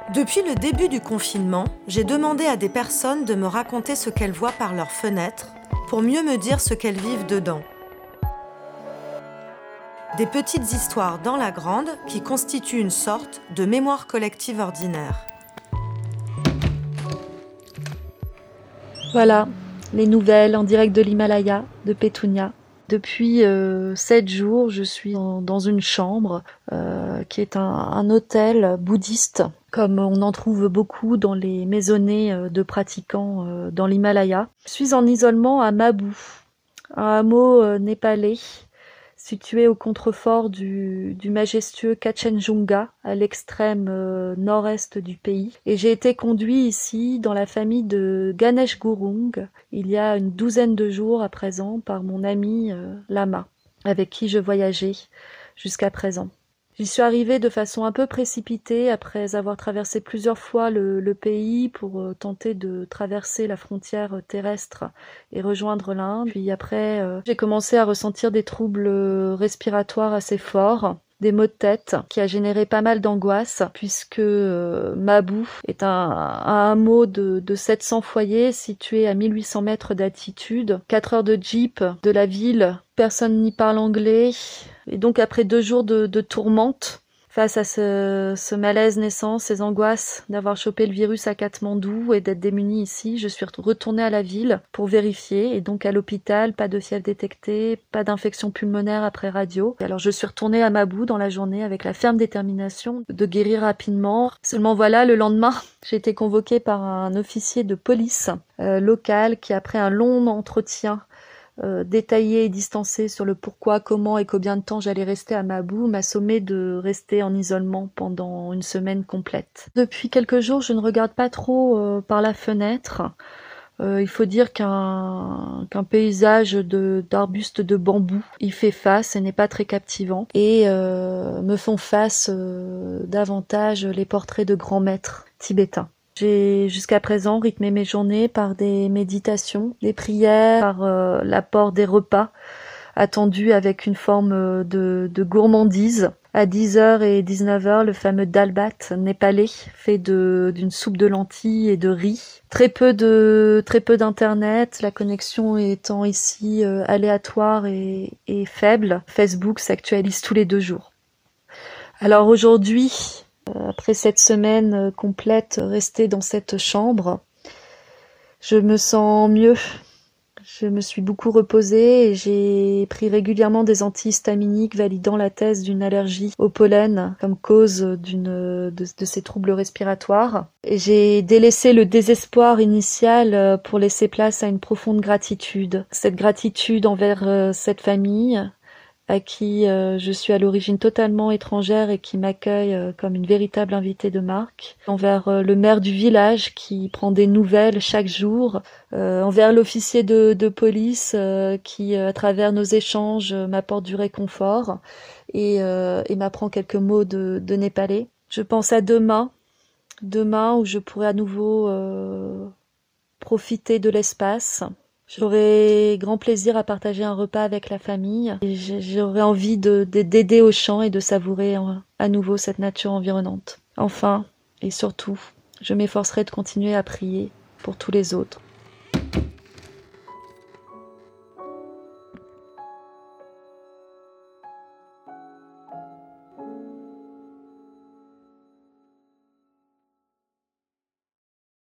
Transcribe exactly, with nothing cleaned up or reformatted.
Depuis le début du confinement, j'ai demandé à des personnes de me raconter ce qu'elles voient par leurs fenêtres pour mieux me dire ce qu'elles vivent dedans. Des petites histoires dans la grande qui constituent une sorte de mémoire collective ordinaire. Voilà, les nouvelles en direct de l'Himalaya, de Pétunia. Depuis euh, sept jours, je suis en, dans une chambre euh, qui est un, un hôtel bouddhiste, comme on en trouve beaucoup dans les maisonnées euh, de pratiquants euh, dans l'Himalaya. Je suis en isolement à Mabu, un hameau euh, népalais situé au contrefort du, du majestueux Kanchenjunga, à l'extrême euh, nord-est du pays. Et j'ai été conduit ici dans la famille de Ganesh Gurung, il y a une douzaine de jours à présent, par mon ami euh, Lama, avec qui je voyageais jusqu'à présent. J'y suis arrivée de façon un peu précipitée après avoir traversé plusieurs fois le, le pays pour euh, tenter de traverser la frontière terrestre et rejoindre l'Inde. Puis après, euh, j'ai commencé à ressentir des troubles respiratoires assez forts, des maux de tête qui a généré pas mal d'angoisse puisque euh, Mabu est un, un hameau de, de sept cents foyers situé à mille huit cents mètres d'altitude, quatre heures de jeep de la ville, personne n'y parle anglais. Et donc après deux jours de, de tourmente, face à ce, ce malaise naissant, ces angoisses d'avoir chopé le virus à Katmandou et d'être démunie ici, je suis retournée à la ville pour vérifier. Et donc à l'hôpital, pas de fièvre détectée, pas d'infection pulmonaire après radio. Et alors je suis retournée à Mabu dans la journée avec la ferme détermination de guérir rapidement. Seulement voilà, le lendemain, j'ai été convoquée par un officier de police euh, local qui, après un long entretien Euh, détaillé et distancé sur le pourquoi, comment et combien de temps j'allais rester à Mabu, m'a sommé de rester en isolement pendant une semaine complète. Depuis quelques jours, je ne regarde pas trop euh, par la fenêtre. Euh, il faut dire qu'un qu'un paysage de d'arbustes de bambou y fait face et n'est pas très captivant. Et euh, me font face euh, davantage les portraits de grands maîtres tibétains. J'ai jusqu'à présent rythmé mes journées par des méditations, des prières, par euh, l'apport des repas attendus avec une forme de, de gourmandise. À dix heures et dix-neuf heures, le fameux dalbat népalais fait de d'une soupe de lentilles et de riz. Très peu de très peu d'internet, la connexion étant ici euh, aléatoire et, et faible. Facebook s'actualise tous les deux jours. Alors aujourd'hui, après cette semaine complète restée dans cette chambre, je me sens mieux. Je me suis beaucoup reposée et j'ai pris régulièrement des antihistaminiques validant la thèse d'une allergie au pollen comme cause d'une, de, de ces troubles respiratoires. Et j'ai délaissé le désespoir initial pour laisser place à une profonde gratitude. Cette gratitude envers cette famille, à qui euh, je suis à l'origine totalement étrangère et qui m'accueille euh, comme une véritable invitée de marque, envers euh, le maire du village qui prend des nouvelles chaque jour, euh, envers l'officier de, de police euh, qui, euh, à travers nos échanges, euh, m'apporte du réconfort et, euh, et m'apprend quelques mots de, de népalais. Je pense à demain, demain où je pourrai à nouveau euh, profiter de l'espace. J'aurais grand plaisir à partager un repas avec la famille. Et j'aurais envie de, de, d'aider au champ et de savourer à nouveau cette nature environnante. Enfin, et surtout, je m'efforcerai de continuer à prier pour tous les autres.